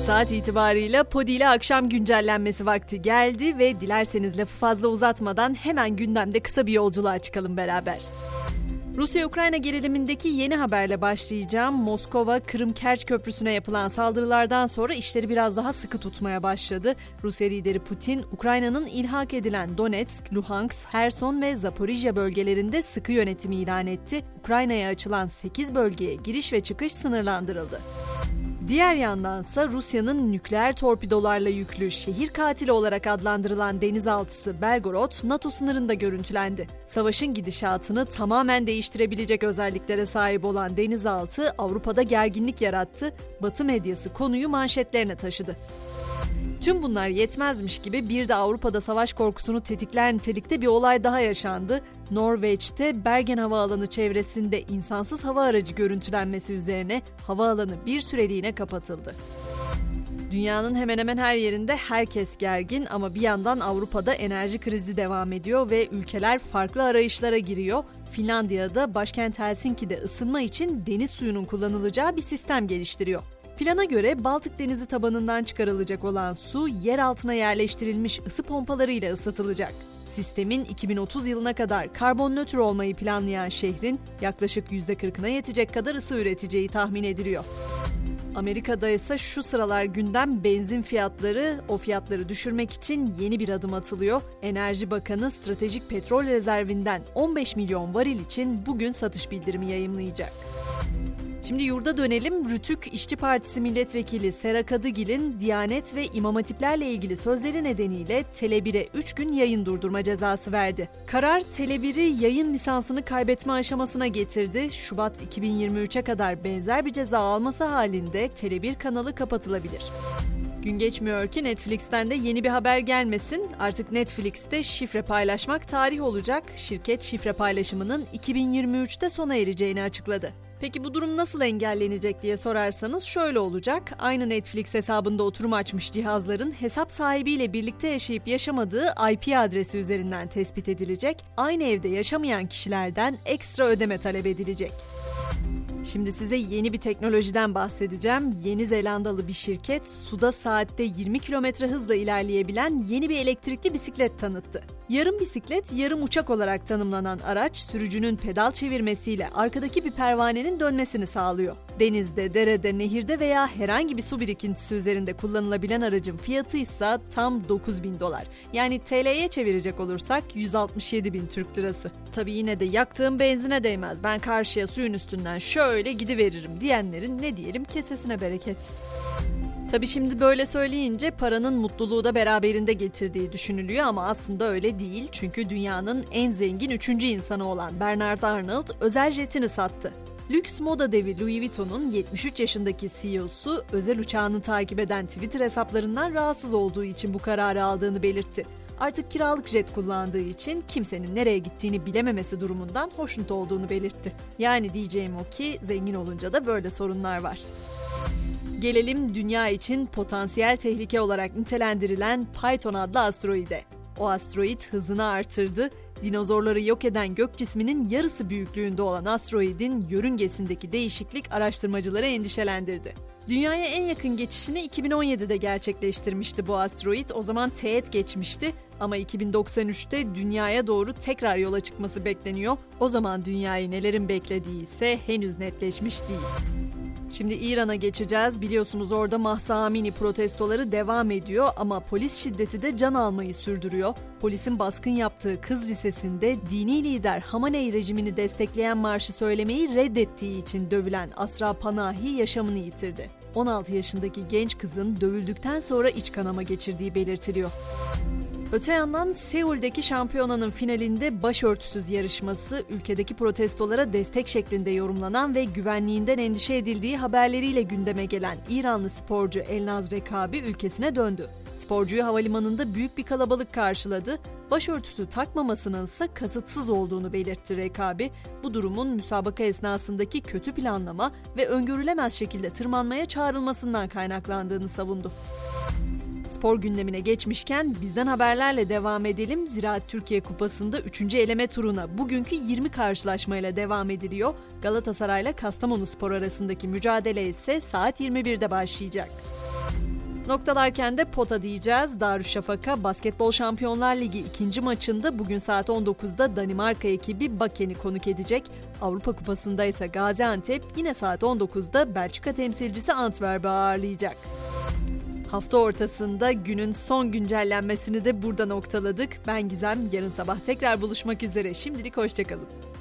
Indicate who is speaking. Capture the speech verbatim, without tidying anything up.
Speaker 1: Saat itibarıyla Podi ile akşam güncellenmesi vakti geldi ve dilerseniz lafı fazla uzatmadan hemen gündemde kısa bir yolculuğa çıkalım beraber. Rusya-Ukrayna gerilimindeki yeni haberle başlayacağım. Moskova, Kırım-Kerç Köprüsü'ne yapılan saldırılardan sonra işleri biraz daha sıkı tutmaya başladı. Rusya lideri Putin, Ukrayna'nın ilhak edilen Donetsk, Luhansk, Herson ve Zaporijya bölgelerinde sıkı yönetimi ilan etti. Ukrayna'ya açılan sekiz bölgeye giriş ve çıkış sınırlandırıldı. Diğer yandansa Rusya'nın nükleer torpidolarla yüklü şehir katili olarak adlandırılan denizaltısı Belgorod, NATO sınırında görüntülendi. Savaşın gidişatını tamamen değiştirebilecek özelliklere sahip olan denizaltı Avrupa'da gerginlik yarattı, Batı medyası konuyu manşetlerine taşıdı. Tüm bunlar yetmezmiş gibi bir de Avrupa'da savaş korkusunu tetikler nitelikte bir olay daha yaşandı. Norveç'te Bergen Havaalanı çevresinde insansız hava aracı görüntülenmesi üzerine havaalanı bir süreliğine kapatıldı. Dünyanın hemen hemen her yerinde herkes gergin ama bir yandan Avrupa'da enerji krizi devam ediyor ve ülkeler farklı arayışlara giriyor. Finlandiya'da başkent Helsinki'de ısınma için deniz suyunun kullanılacağı bir sistem geliştiriyor. Plana göre Baltık Denizi tabanından çıkarılacak olan su yer altına yerleştirilmiş ısı pompalarıyla ısıtılacak. Sistemin iki bin otuz yılına kadar karbon nötr olmayı planlayan şehrin yaklaşık yüzde kırkına yetecek kadar ısı üreteceği tahmin ediliyor. Amerika'da ise şu sıralar gündem benzin fiyatları, o fiyatları düşürmek için yeni bir adım atılıyor. Enerji Bakanı stratejik petrol rezervinden on beş milyon varil için bugün satış bildirimi yayımlayacak. Şimdi yurda dönelim. Rütük İşçi Partisi Milletvekili Sera Kadıgil'in Diyanet ve İmam Hatiplerle ilgili sözleri nedeniyle Tele bir'e üç gün yayın durdurma cezası verdi. Karar Tele bir'i yayın lisansını kaybetme aşamasına getirdi. Şubat iki bin yirmi üçe kadar benzer bir ceza alması halinde Tele bir kanalı kapatılabilir. Gün geçmiyor ki Netflix'ten de yeni bir haber gelmesin. Artık Netflix'te şifre paylaşmak tarih olacak. Şirket şifre paylaşımının iki bin yirmi üçte sona ereceğini açıkladı. Peki bu durum nasıl engellenecek diye sorarsanız şöyle olacak. Aynı Netflix hesabında oturum açmış cihazların hesap sahibiyle birlikte yaşayıp yaşamadığı I P adresi üzerinden tespit edilecek. Aynı evde yaşamayan kişilerden ekstra ödeme talep edilecek. Şimdi size yeni bir teknolojiden bahsedeceğim. Yeni Zelandalı bir şirket suda saatte yirmi kilometre hızla ilerleyebilen yeni bir elektrikli bisiklet tanıttı. Yarım bisiklet, yarım uçak olarak tanımlanan araç sürücünün pedal çevirmesiyle arkadaki bir pervanenin dönmesini sağlıyor. Denizde, derede, nehirde veya herhangi bir su birikintisi üzerinde kullanılabilen aracın fiyatı ise tam dokuz bin dolar. Yani T L'ye çevirecek olursak yüz altmış yedi bin Türk lirası. Tabii yine de yaktığım benzine değmez. Ben karşıya suyun üstünden şöyle gidiveririm diyenlerin ne diyelim kesesine bereket. Tabii şimdi böyle söyleyince paranın mutluluğu da beraberinde getirdiği düşünülüyor ama aslında öyle değil. Çünkü dünyanın en zengin üçüncü insanı olan Bernard Arnault özel jetini sattı. Lüks moda devi Louis Vuitton'un yetmiş üç yaşındaki C E O'su özel uçağını takip eden Twitter hesaplarından rahatsız olduğu için bu kararı aldığını belirtti. Artık kiralık jet kullandığı için kimsenin nereye gittiğini bilememesi durumundan hoşnut olduğunu belirtti. Yani diyeceğim o ki zengin olunca da böyle sorunlar var. Gelelim dünya için potansiyel tehlike olarak nitelendirilen Python adlı asteroide. O asteroid hızını artırdı. Dinozorları yok eden gök cisminin yarısı büyüklüğünde olan asteroidin yörüngesindeki değişiklik araştırmacıları endişelendirdi. Dünyaya en yakın geçişini iki bin on yedide gerçekleştirmişti bu asteroid. O zaman teğet geçmişti ama iki bin doksan üçte dünyaya doğru tekrar yola çıkması bekleniyor. O zaman dünyayı nelerin beklediği ise henüz netleşmiş değil. Şimdi İran'a geçeceğiz. Biliyorsunuz orada Mahsa Amini protestoları devam ediyor ama polis şiddeti de can almayı sürdürüyor. Polisin baskın yaptığı kız lisesinde dini lider Hamaney rejimini destekleyen marşı söylemeyi reddettiği için dövülen Asra Panahi yaşamını yitirdi. on altı yaşındaki genç kızın dövüldükten sonra iç kanama geçirdiği belirtiliyor. Öte yandan Seul'deki şampiyonanın finalinde başörtüsüz yarışması ülkedeki protestolara destek şeklinde yorumlanan ve güvenliğinden endişe edildiği haberleriyle gündeme gelen İranlı sporcu Elnaz Rekabi ülkesine döndü. Sporcuyu havalimanında büyük bir kalabalık karşıladı. Başörtüsü takmamasının ise kasıtsız olduğunu belirtti Rekabi. Bu durumun müsabaka esnasındaki kötü planlama ve öngörülemez şekilde tırmanmaya çağrılmasından kaynaklandığını savundu. Spor gündemine geçmişken bizden haberlerle devam edelim. Ziraat Türkiye Kupası'nda üçüncü eleme turuna bugünkü yirmi karşılaşmayla devam ediliyor. Galatasaray ile Kastamonuspor arasındaki mücadele ise saat yirmi birde başlayacak. Noktalarken de pota diyeceğiz. Darüşşafaka Basketbol Şampiyonlar Ligi ikinci maçında bugün saat on dokuzda Danimarka ekibi Baken'i konuk edecek. Avrupa Kupası'nda ise Gaziantep yine saat on dokuzda Belçika temsilcisi Antwerp'i ağırlayacak. Hafta ortasında günün son güncellenmesini de burada noktaladık. Ben Gizem, yarın sabah tekrar buluşmak üzere. Şimdilik hoşçakalın.